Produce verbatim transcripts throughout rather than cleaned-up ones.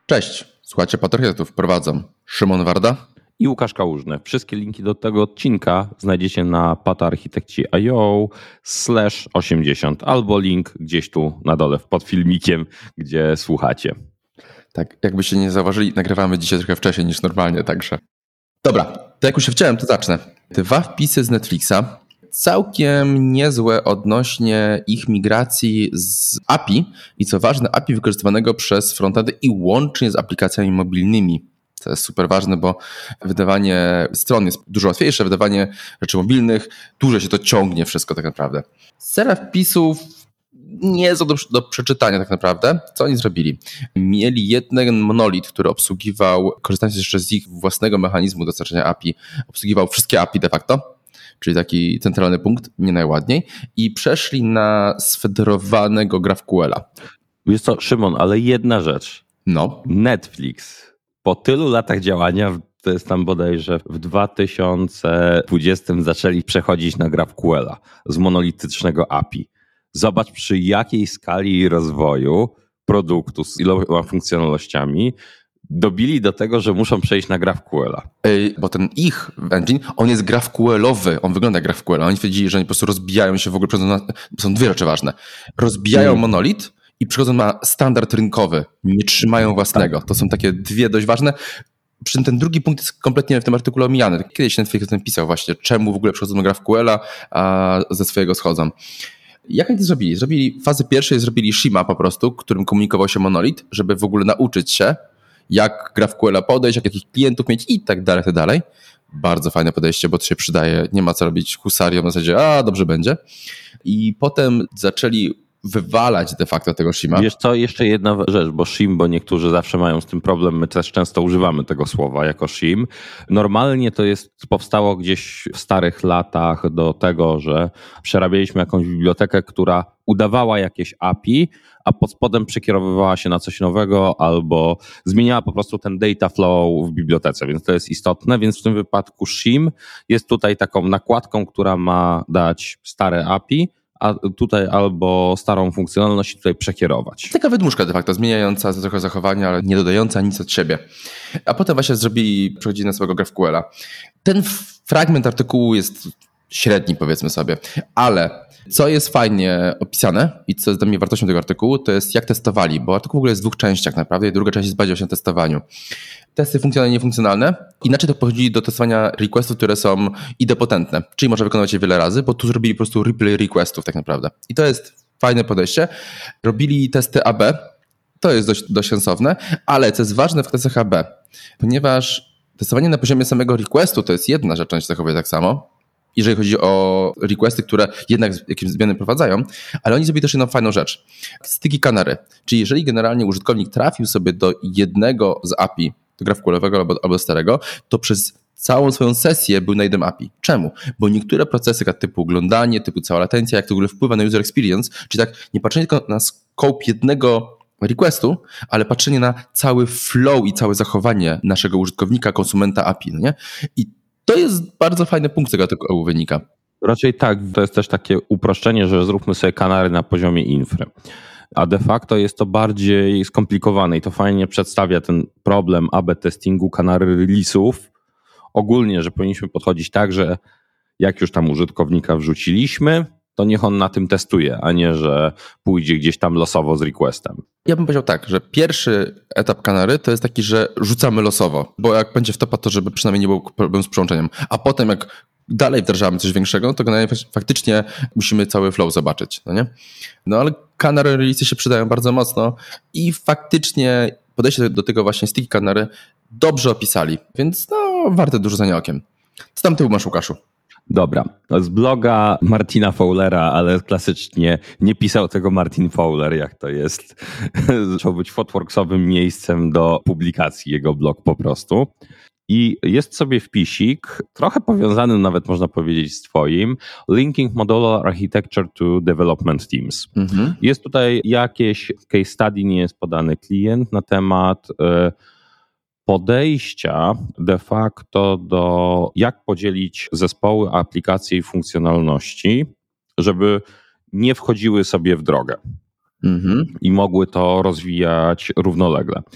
Cześć, słuchajcie Patriotów, prowadzą Szymon Warda i Łukasz Kałużny. Wszystkie linki do tego odcinka znajdziecie na patarchitekci.io slash osiemdziesiąt albo link gdzieś tu na dole pod filmikiem, gdzie słuchacie. Tak, jakbyście nie zauważyli, nagrywamy dzisiaj trochę wcześniej niż normalnie, także. Dobra, to jak już się wciąłem, to zacznę. Dwa wpisy z Netflixa, całkiem niezłe odnośnie ich migracji z A P I i co ważne, A P I wykorzystywanego przez frontendy i łącznie z aplikacjami mobilnymi. To jest super ważne, bo wydawanie stron jest dużo łatwiejsze, wydawanie rzeczy mobilnych, dłużej się to ciągnie wszystko tak naprawdę. Seria wpisów nie jest do, do przeczytania tak naprawdę. Co oni zrobili? Mieli jeden monolit, który obsługiwał, korzystając jeszcze z ich własnego mechanizmu dostarczania A P I, obsługiwał wszystkie A P I de facto, czyli taki centralny punkt, nie najładniej, i przeszli na sfederowanego GraphQL-a. Wiesz co, Szymon, ale jedna rzecz. No. Netflix po tylu latach działania, to jest tam bodajże w dwa tysiące dwudziestym zaczęli przechodzić na GraphQL-a z monolitycznego A P I. Zobacz, przy jakiej skali rozwoju produktu z iloma funkcjonalnościami dobili do tego, że muszą przejść na GraphQL-a. Ej, bo ten ich engine, on jest GraphQL-owy, on wygląda jak GraphQL. Oni twierdzili, że oni po prostu rozbijają się w ogóle, na, są dwie rzeczy ważne. Rozbijają hmm. monolit i przychodzą na standard rynkowy, nie trzymają własnego. To są takie dwie dość ważne. Przy czym ten drugi punkt jest kompletnie w tym artykule omijany. Kiedyś Netflix o tym pisał właśnie, czemu w ogóle przychodzą do GraphQL-a, a ze swojego schodzą. Jak oni to zrobili? Zrobili fazę pierwszej, zrobili Shima po prostu, którym komunikował się monolit, żeby w ogóle nauczyć się, jak GraphQL-a podejść, jak jakich klientów mieć i tak dalej, tak dalej. Bardzo fajne podejście, bo to się przydaje. Nie ma co robić husarią na zasadzie, a dobrze będzie. I potem zaczęli wywalać de facto tego Shima. Wiesz co, jeszcze jedna rzecz, bo Shim, bo niektórzy zawsze mają z tym problem, my też często używamy tego słowa jako Shim. Normalnie to jest, powstało gdzieś w starych latach do tego, że przerabialiśmy jakąś bibliotekę, która udawała jakieś A P I, a pod spodem przekierowywała się na coś nowego albo zmieniała po prostu ten data flow w bibliotece, więc to jest istotne, więc w tym wypadku Shim jest tutaj taką nakładką, która ma dać stare A P I, a tutaj albo starą funkcjonalność tutaj przekierować. Taka wydmuszka de facto, zmieniająca trochę zachowania, ale nie dodająca nic od siebie. A potem właśnie zrobili, przechodzili na swojego GraphQL-a. Ten fragment artykułu jest średni, powiedzmy sobie, ale co jest fajnie opisane i co jest dla mnie wartością tego artykułu, to jest jak testowali, bo artykuł w ogóle jest w dwóch częściach naprawdę i druga część jest bardziej o testowaniu. Testy funkcjonalne i niefunkcjonalne. Inaczej to podchodzili do testowania requestów, które są idempotentne, czyli można wykonywać je wiele razy, bo tu zrobili po prostu replay requestów tak naprawdę. I to jest fajne podejście. Robili testy A B, to jest dość, dość sensowne, ale co jest ważne w testach A B, ponieważ testowanie na poziomie samego requestu to jest jedna rzecz, on się zachowuje tak samo, jeżeli chodzi o requesty, które jednak jakieś zmiany prowadzają, ale oni zrobili też jedną fajną rzecz. Sticky canary, czyli jeżeli generalnie użytkownik trafił sobie do jednego z A P I, do GraphQL-owego albo, albo starego, to przez całą swoją sesję był na jednym A P I. Czemu? Bo niektóre procesy typu oglądanie, typu cała latencja, jak to w ogóle wpływa na user experience, czyli tak nie patrzenie tylko na scope jednego requestu, ale patrzenie na cały flow i całe zachowanie naszego użytkownika, konsumenta A P I. No nie? I to jest bardzo fajny punkt, z tego artykułu wynika. Raczej tak, to jest też takie uproszczenie, że zróbmy sobie kanary na poziomie infry. A de facto jest to bardziej skomplikowane i to fajnie przedstawia ten problem A B testingu, kanary release'ów. Ogólnie, że powinniśmy podchodzić tak, że jak już tam użytkownika wrzuciliśmy, to niech on na tym testuje, a nie, że pójdzie gdzieś tam losowo z requestem. Ja bym powiedział tak, że pierwszy etap kanary to jest taki, że rzucamy losowo, bo jak będzie wtopa, to żeby przynajmniej nie było problemu z przełączeniem. A potem jak dalej wdrażamy coś większego, to faktycznie musimy cały flow zobaczyć, no nie? No ale canary release się przydają bardzo mocno i faktycznie podejście do tego właśnie sticky canary dobrze opisali, więc no warte do rzucania okiem. Co tam ty masz, Łukaszu? Dobra, z bloga Martina Fowlera, ale klasycznie nie pisał tego Martin Fowler, jak to jest. Zaczął być Thoughtworksowym miejscem do publikacji jego blog po prostu. I jest sobie wpisik, trochę powiązany nawet można powiedzieć z twoim, Linking Modular Architecture to Development Teams. Mhm. Jest tutaj jakieś case study, nie jest podany klient na temat podejścia de facto do jak podzielić zespoły, aplikacje i funkcjonalności, żeby nie wchodziły sobie w drogę mhm. i mogły to rozwijać równolegle.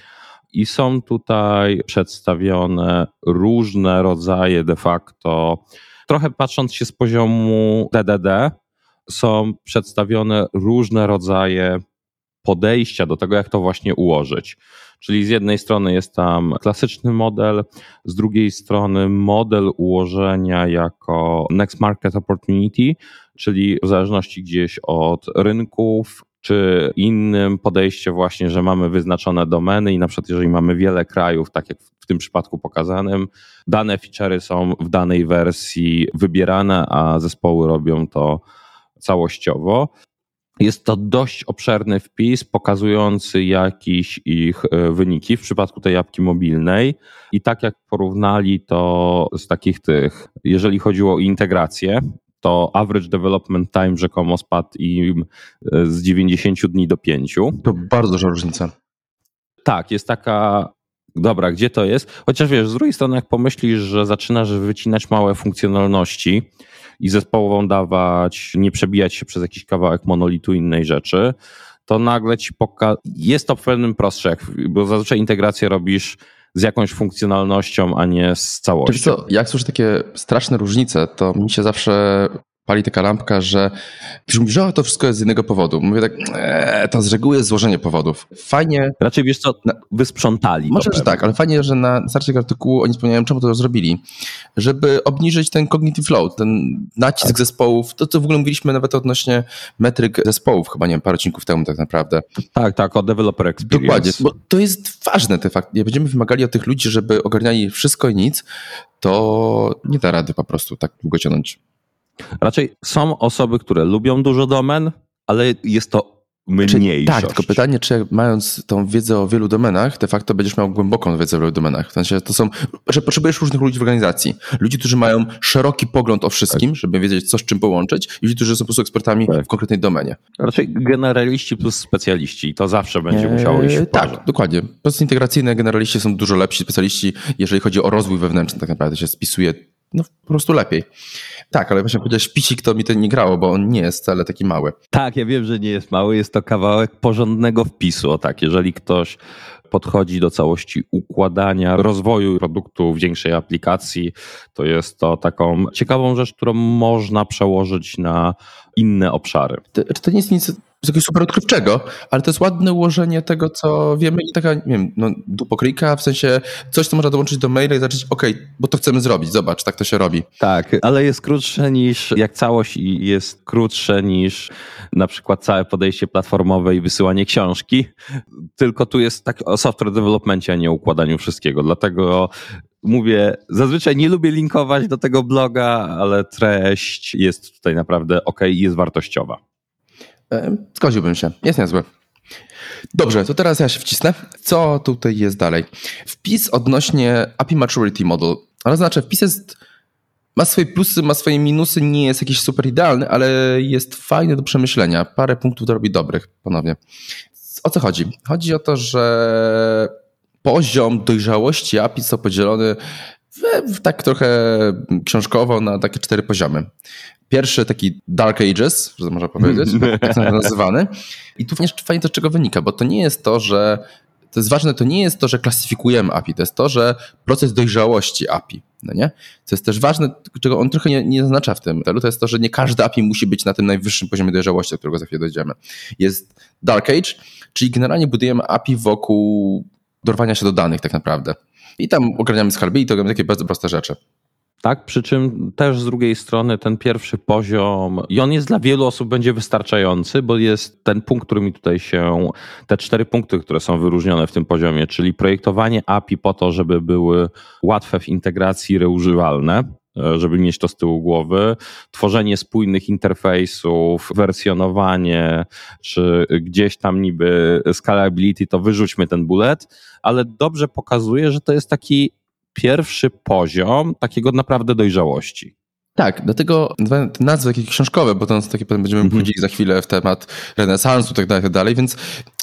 i są tutaj przedstawione różne rodzaje de facto, trochę patrząc się z poziomu D D D, są przedstawione różne rodzaje podejścia do tego, jak to właśnie ułożyć. Czyli z jednej strony jest tam klasyczny model, z drugiej strony model ułożenia jako Next Market Opportunity, czyli w zależności gdzieś od rynków, czy innym podejście właśnie, że mamy wyznaczone domeny i na przykład jeżeli mamy wiele krajów, tak jak w tym przypadku pokazanym, dane feature'y są w danej wersji wybierane, a zespoły robią to całościowo. Jest to dość obszerny wpis pokazujący jakieś ich wyniki w przypadku tej apki mobilnej i tak jak porównali to z takich tych, jeżeli chodziło o integrację, to average development time rzekomo spadł im z dziewięćdziesięciu dni do pięciu. To bardzo duża różnica. Tak, jest taka, dobra, gdzie to jest? Chociaż wiesz, z drugiej strony jak pomyślisz, że zaczynasz wycinać małe funkcjonalności i zespołom dawać, nie przebijać się przez jakiś kawałek monolitu innej rzeczy, to nagle ci poka... jest to w pewnym prostsze, bo zazwyczaj integrację robisz z jakąś funkcjonalnością, a nie z całością. Czyli co, jak słyszę takie straszne różnice, to mi się zawsze pali taka lampka, że ktoś mówi, że to wszystko jest z innego powodu. Mówię tak, ee, to z reguły jest złożenie powodów. Fajnie... Raczej wiesz co, wysprzątali to. Może, że tak, ale fajnie, że na starcie tego artykułu oni wspomniałem, czemu to zrobili. Żeby obniżyć ten cognitive load, ten nacisk tak. zespołów, to co w ogóle mówiliśmy nawet odnośnie metryk zespołów, chyba nie wiem, parę odcinków temu tak naprawdę. Tak, tak, o developer experience. Dokładnie, bo to jest ważne te fakty. Jak będziemy wymagali od tych ludzi, żeby ogarniali wszystko i nic, to nie da rady po prostu tak długo ciągnąć. Raczej są osoby, które lubią dużo domen, ale jest to mniejszość. Tak, tylko pytanie, czy mając tą wiedzę o wielu domenach, de facto będziesz miał głęboką wiedzę o wielu domenach. W sensie to są, że potrzebujesz różnych ludzi w organizacji. Ludzi, którzy mają szeroki pogląd o wszystkim, tak. żeby wiedzieć, co z czym połączyć, i ludzi, którzy są po prostu ekspertami tak. w konkretnej domenie. Raczej generaliści plus specjaliści i to zawsze będzie eee, musiało iść w parze. Tak, dokładnie. Procesy integracyjne, generaliści są dużo lepsi, specjaliści, jeżeli chodzi o rozwój wewnętrzny, tak naprawdę się spisuje no po prostu lepiej. Tak, ale właśnie powiedziałeś pisik, to mi to nie grało, bo on nie jest wcale taki mały. Tak, ja wiem, że nie jest mały, jest to kawałek porządnego wpisu. O tak, jeżeli ktoś podchodzi do całości układania, rozwoju produktu w większej aplikacji, to jest to taką ciekawą rzecz, którą można przełożyć na inne obszary. To, to nie jest nic jakiegoś super odkrywczego, ale to jest ładne ułożenie tego, co wiemy i taka, nie wiem, no, dupokryjka, w sensie coś, co można dołączyć do maila i zacząć, okej, okay, bo to chcemy zrobić, zobacz, tak to się robi. Tak, ale jest krótsze niż, jak całość jest krótsze niż na przykład całe podejście platformowe i wysyłanie książki, tylko tu jest tak o software developmencie, a nie układaniu wszystkiego, dlatego mówię, zazwyczaj nie lubię linkować do tego bloga, ale treść jest tutaj naprawdę okej i jest wartościowa. Zgodziłbym się, jest niezły. Dobrze, to teraz ja się wcisnę. Co tutaj jest dalej? Wpis odnośnie A P I Maturity Model. Ale znaczy, wpis jest, ma swoje plusy, ma swoje minusy, nie jest jakiś super idealny, ale jest fajny do przemyślenia. Parę punktów to robi dobrych, ponownie. O co chodzi? Chodzi o to, że poziom dojrzałości A P I jest podzielony w, w tak trochę książkowo na takie cztery poziomy. Pierwszy taki Dark Ages, że można powiedzieć, tak nazywany. I tu fajnie to z czego wynika, bo to nie jest to, że to jest ważne, to nie jest to, że klasyfikujemy A P I, to jest to, że proces dojrzałości A P I, no nie? Co jest też ważne, czego on trochę nie, nie zaznacza w tym celu, to jest to, że nie każde A P I musi być na tym najwyższym poziomie dojrzałości, do którego za chwilę dojdziemy. Jest Dark Age, czyli generalnie budujemy A P I wokół dorwania się do danych tak naprawdę. I tam ogarniamy skarby i to robiamy takie bardzo proste rzeczy. Tak, przy czym też z drugiej strony ten pierwszy poziom, i on jest dla wielu osób będzie wystarczający, bo jest ten punkt, który mi tutaj się, te cztery punkty, które są wyróżnione w tym poziomie, czyli projektowanie A P I po to, żeby były łatwe w integracji, reużywalne, żeby mieć to z tyłu głowy, tworzenie spójnych interfejsów, wersjonowanie, czy gdzieś tam niby scalability, to wyrzućmy ten bullet, ale dobrze pokazuje, że to jest taki pierwszy poziom takiego naprawdę dojrzałości. Tak, dlatego te nazwy jakieś książkowe, bo to takie potem będziemy mm-hmm. wchodzili za chwilę w temat renesansu i tak dalej, tak dalej, więc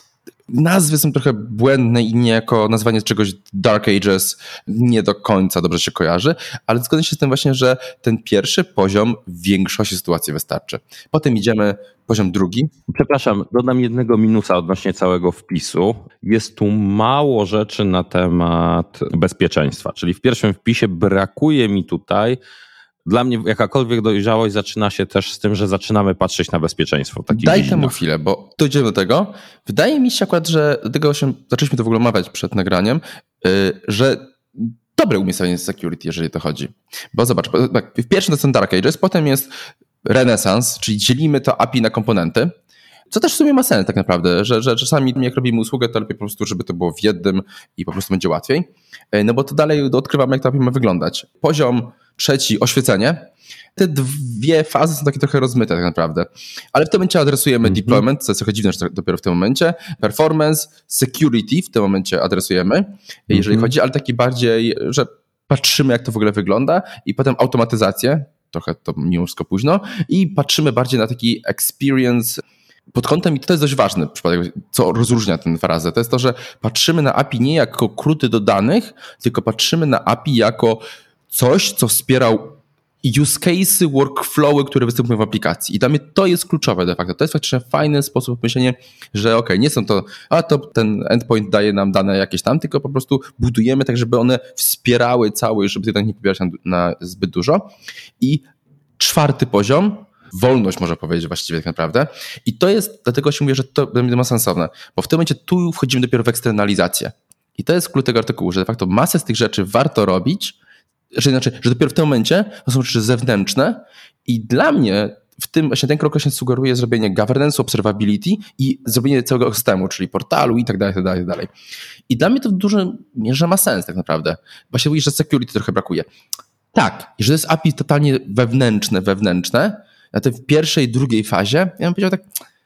nazwy są trochę błędne i niejako nazwanie czegoś Dark Ages nie do końca dobrze się kojarzy, ale zgodzę się z tym właśnie, że ten pierwszy poziom w większości sytuacji wystarczy. Potem idziemy poziom drugi. Przepraszam, dodam jednego minusa odnośnie całego wpisu. Jest tu mało rzeczy na temat bezpieczeństwa, czyli w pierwszym wpisie brakuje mi tutaj. Dla mnie jakakolwiek dojrzałość zaczyna się też z tym, że zaczynamy patrzeć na bezpieczeństwo. Daj dziedzinach. Temu chwilę, bo dojdziemy do tego. Wydaje mi się akurat, że do tego się zaczęliśmy to w ogóle omawiać przed nagraniem, yy, że dobre umiejscowienie security, jeżeli to chodzi. Bo zobacz, w pierwszym to są Dark Ages, potem jest Renaissance, czyli dzielimy to A P I na komponenty, co też w sumie ma sens tak naprawdę, że, że czasami jak robimy usługę, to lepiej po prostu, żeby to było w jednym i po prostu będzie łatwiej. No bo to dalej odkrywamy, jak to A P I ma wyglądać. Poziom trzeci, oświecenie. Te dwie fazy są takie trochę rozmyte tak naprawdę. Ale w tym momencie adresujemy mm-hmm. deployment, co jest trochę dziwne, że dopiero w tym momencie. Performance, security w tym momencie adresujemy, mm-hmm. jeżeli chodzi, ale taki bardziej, że patrzymy, jak to w ogóle wygląda i potem automatyzację, trochę to mimo wszystko późno, i patrzymy bardziej na taki experience pod kątem, i to jest dość ważny przypadek, co rozróżnia tę frazę, to jest to, że patrzymy na A P I nie jako kruty do danych, tylko patrzymy na A P I jako coś, co wspierał use case'y, workflowy, które występują w aplikacji. I dla mnie to jest kluczowe de facto. To jest faktycznie fajny sposób myślenia, że okej, nie są to, a to ten endpoint daje nam dane jakieś tam, tylko po prostu budujemy tak, żeby one wspierały cały, żeby tych danych nie pobierać na, na zbyt dużo. I czwarty poziom, wolność można powiedzieć właściwie tak naprawdę. I to jest, dlatego się mówię, że to ma sensowne, bo w tym momencie tu wchodzimy dopiero w eksternalizację. I to jest klucz tego artykułu, że de facto masę z tych rzeczy warto robić, że, znaczy, że dopiero w tym momencie to są rzeczy zewnętrzne i dla mnie w tym właśnie ten krok właśnie sugeruje zrobienie governance, observability i zrobienie całego systemu, czyli portalu i tak dalej, tak dalej, tak dalej. I dla mnie to w dużej mierze ma sens tak naprawdę. Właśnie mówisz, że security trochę brakuje. Tak, jeżeli to jest A P I totalnie wewnętrzne, wewnętrzne, na tej pierwszej, drugiej fazie, ja bym powiedział tak,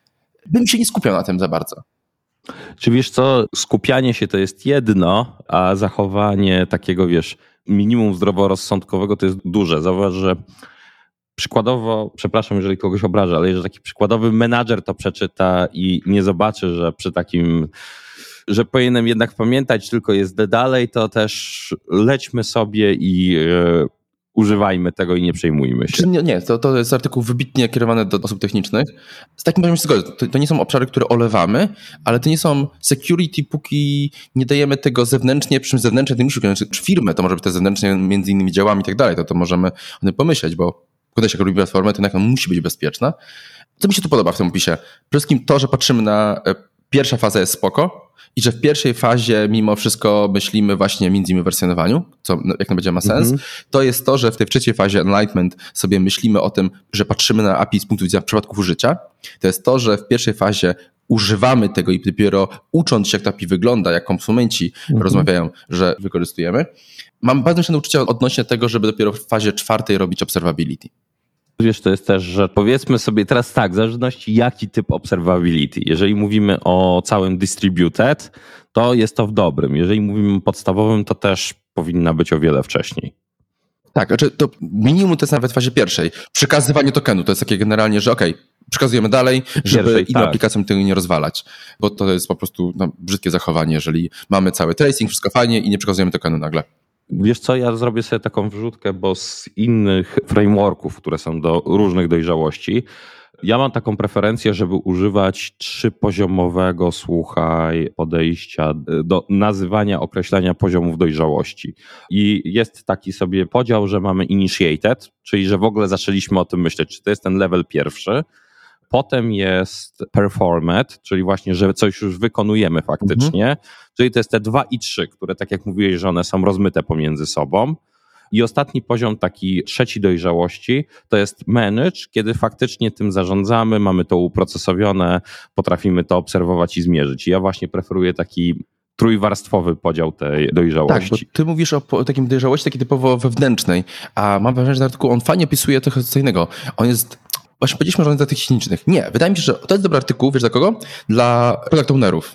bym się nie skupiał na tym za bardzo. Czy wiesz co, skupianie się to jest jedno, a zachowanie takiego, wiesz, minimum zdroworozsądkowego to jest duże. Zauważ, że przykładowo, przepraszam, jeżeli kogoś obrażę, ale jeżeli taki przykładowy menadżer to przeczyta i nie zobaczy, że przy takim, że powinienem jednak pamiętać, tylko jest dalej, to też lećmy sobie i yy, używajmy tego i nie przejmujmy się. Nie, nie to, to jest artykuł wybitnie kierowany do osób technicznych. Z takim poziomem się zgodzę. To, to nie są obszary, które olewamy, ale to nie są security, póki nie dajemy tego zewnętrznie, przy czym zewnętrznie to musi być firmę, to może być te zewnętrznie między innymi działami i tak dalej, to, to możemy o tym pomyśleć, bo kiedyś jak robimy platformę, to jednak ona musi być bezpieczna. Co mi się tu podoba w tym opisie? Przede wszystkim to, że patrzymy na pierwsza faza jest spoko i że w pierwszej fazie mimo wszystko myślimy właśnie między innymi o wersjonowaniu, co jak najbardziej ma sens. Mm-hmm. To jest to, że w tej trzeciej fazie enlightenment sobie myślimy o tym, że patrzymy na A P I z punktu widzenia przypadków użycia. To jest to, że w pierwszej fazie używamy tego i dopiero ucząc się, jak to A P I wygląda, jak konsumenci mm-hmm. rozmawiają, że wykorzystujemy. Mam bardzo myślę uczucia odnośnie tego, żeby dopiero w fazie czwartej robić observability. Wiesz, to jest też, że powiedzmy sobie teraz tak, w zależności jaki typ observability. Jeżeli mówimy o całym distributed, to jest to w dobrym. Jeżeli mówimy o podstawowym, to też powinna być o wiele wcześniej. Tak, znaczy to minimum to jest nawet w fazie pierwszej. Przekazywanie tokenu to jest takie generalnie, że okej, okay, przekazujemy dalej, żeby Pierwszej, innym tak. aplikacjom tego nie rozwalać. Bo to jest po prostu no, brzydkie zachowanie, jeżeli mamy cały tracing, wszystko fajnie i nie przekazujemy tokenu nagle. Wiesz co, ja zrobię sobie taką wrzutkę, bo z innych frameworków, które są do różnych dojrzałości, ja mam taką preferencję, żeby używać trzypoziomowego, słuchaj, podejścia do nazywania, określania poziomów dojrzałości. I jest taki sobie podział, że mamy initiated, czyli że w ogóle zaczęliśmy o tym myśleć, czy to jest ten level pierwszy. Potem jest performed, czyli właśnie, że coś już wykonujemy faktycznie, mhm. czyli to jest te dwa i trzy, które tak jak mówiłeś, że one są rozmyte pomiędzy sobą. I ostatni poziom, taki trzeci dojrzałości, to jest manage, kiedy faktycznie tym zarządzamy, mamy to uprocesowione, potrafimy to obserwować i zmierzyć. I ja właśnie preferuję taki trójwarstwowy podział tej dojrzałości. Tak, bo ty mówisz o, o takim dojrzałości takiej typowo wewnętrznej, a mam wrażenie, że ten artykuł, on fajnie opisuje trochę co innego. On jest... Właśnie powiedzieliśmy o organizacjach technicznych. Nie, wydaje mi się, że to jest dobry artykuł, wiesz dla kogo? Dla product ownerów.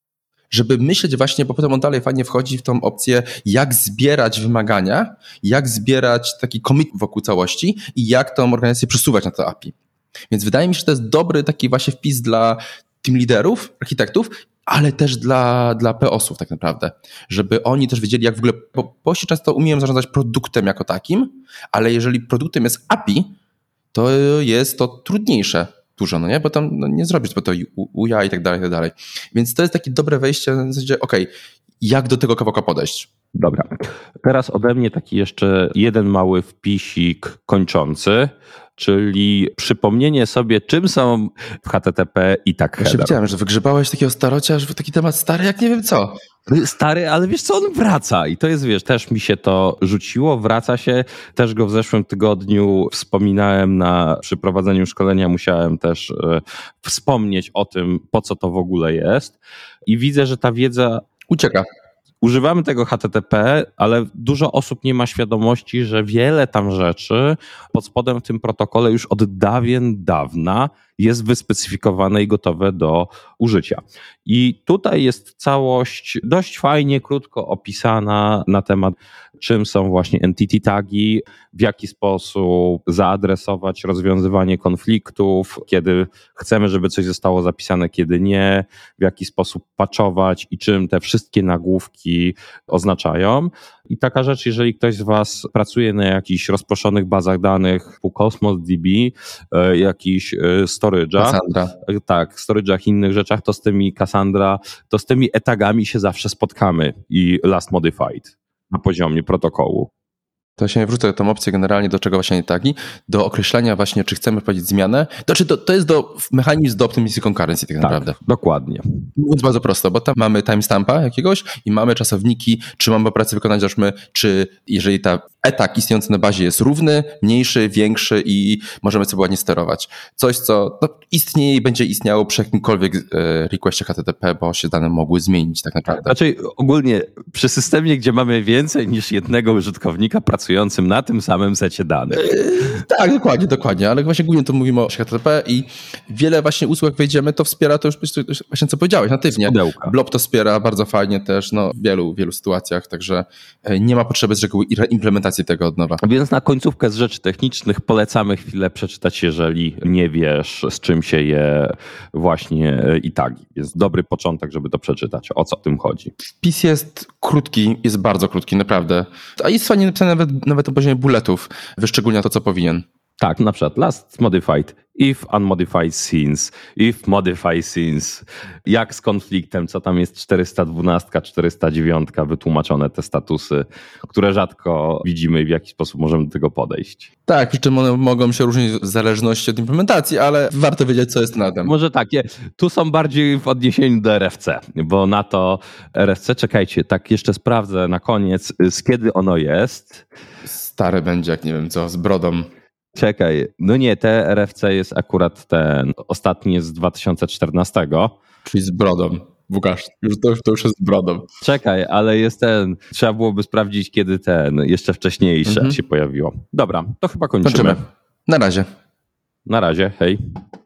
Żeby myśleć właśnie, bo potem on dalej fajnie wchodzi w tą opcję, jak zbierać wymagania, jak zbierać taki commit wokół całości i jak tą organizację przesuwać na to A P I. Więc wydaje mi się, że to jest dobry taki właśnie wpis dla team liderów, architektów, ale też dla, dla P O S ów tak naprawdę, żeby oni też wiedzieli, jak w ogóle, bo P O S i często umieją zarządzać produktem jako takim, ale jeżeli produktem jest A P I, to jest to trudniejsze dużo, no nie? Bo tam no, nie zrobisz, bo to U I A i tak dalej, i tak dalej. Więc to jest takie dobre wejście, w zasadzie, okej, okay, jak do tego kawałka podejść? Dobra. Teraz ode mnie taki jeszcze jeden mały wpisik kończący, czyli przypomnienie sobie, czym są w H T T P i tag header. Właśnie widziałem, że wygrzebałeś takiego starocia, że taki temat stary, jak nie wiem co. Stary, ale wiesz co, on wraca i to jest, wiesz, też mi się to rzuciło, wraca się, też go w zeszłym tygodniu wspominałem na przeprowadzeniu szkolenia, musiałem też e, wspomnieć o tym, po co to w ogóle jest i widzę, że ta wiedza ucieka. Używamy tego H T T P, ale dużo osób nie ma świadomości, że wiele tam rzeczy pod spodem w tym protokole już od dawien dawna jest wyspecyfikowane i gotowe do użycia. I tutaj jest całość dość fajnie, krótko opisana na temat, czym są właśnie entity tagi, w jaki sposób zaadresować rozwiązywanie konfliktów, kiedy chcemy, żeby coś zostało zapisane, kiedy nie, w jaki sposób patchować i czym te wszystkie nagłówki oznaczają. I taka rzecz, jeżeli ktoś z Was pracuje na jakichś rozproszonych bazach danych typu Cosmos D B, jakiś storage'ach, Cassandra. tak, storage'ach i innych rzeczach, to z tymi Cassandra, to z tymi etagami się zawsze spotkamy i last modified na poziomie protokołu. To się wrócę tą opcję generalnie, do czego właśnie tagi, do określania właśnie, czy chcemy wprowadzić zmianę. To, czy to, to jest do mechanizm do optimizacji concurrency tak, tak naprawdę. Dokładnie. Mówiąc bardzo prosto, bo tam mamy timestampa jakiegoś i mamy czasowniki, czy mamy operację wykonać, załóżmy, czy jeżeli ta etag istniejący na bazie jest równy, mniejszy, większy i możemy sobie ładnie sterować. Coś, co no, istnieje i będzie istniało przy jakimkolwiek e, requestie H T T P, bo się dane mogły zmienić tak naprawdę. Znaczy ogólnie przy systemie, gdzie mamy więcej niż jednego użytkownika pracującym na tym samym secie danych. E, tak, dokładnie, dokładnie, ale właśnie głównie to mówimy o H T T P i wiele właśnie usług, jak wejdziemy, to wspiera to już właśnie co powiedziałeś, natywnie. Blob to wspiera bardzo fajnie też no, w wielu, wielu sytuacjach, także nie ma potrzeby z reguły implementacji tego od nowa. Więc na końcówkę z rzeczy technicznych polecamy chwilę przeczytać, jeżeli nie wiesz, z czym się je właśnie i tagi. Jest dobry początek, żeby to przeczytać. O co w tym chodzi? Wpis jest krótki, jest bardzo krótki, naprawdę. A jest fajnie napisane nawet, nawet na poziomie bulletów, wyszczególnia to, co powinien. Tak, na przykład last modified, if unmodified since, if modify since, jak z konfliktem, co tam jest czterysta dwanaście, czterysta dziewięć, wytłumaczone te statusy, które rzadko widzimy i w jaki sposób możemy do tego podejść. Tak, przy czym one mogą się różnić w zależności od implementacji, ale warto wiedzieć, co jest na tym. Może tak, tu są bardziej w odniesieniu do R F C, bo na to R F C, czekajcie, tak jeszcze sprawdzę na koniec, z kiedy ono jest. Stary będzie, jak nie wiem co, z brodą. Czekaj, no nie, te R F C jest akurat ten, ostatni jest z dwa tysiące czternastego. Czyli z brodą. Łukasz, już to, to już jest z brodą. Czekaj, ale jest ten, trzeba byłoby sprawdzić, kiedy ten, jeszcze wcześniejsze mhm. się pojawiło. Dobra, to chyba kończymy. kończymy. Na razie. Na razie, hej.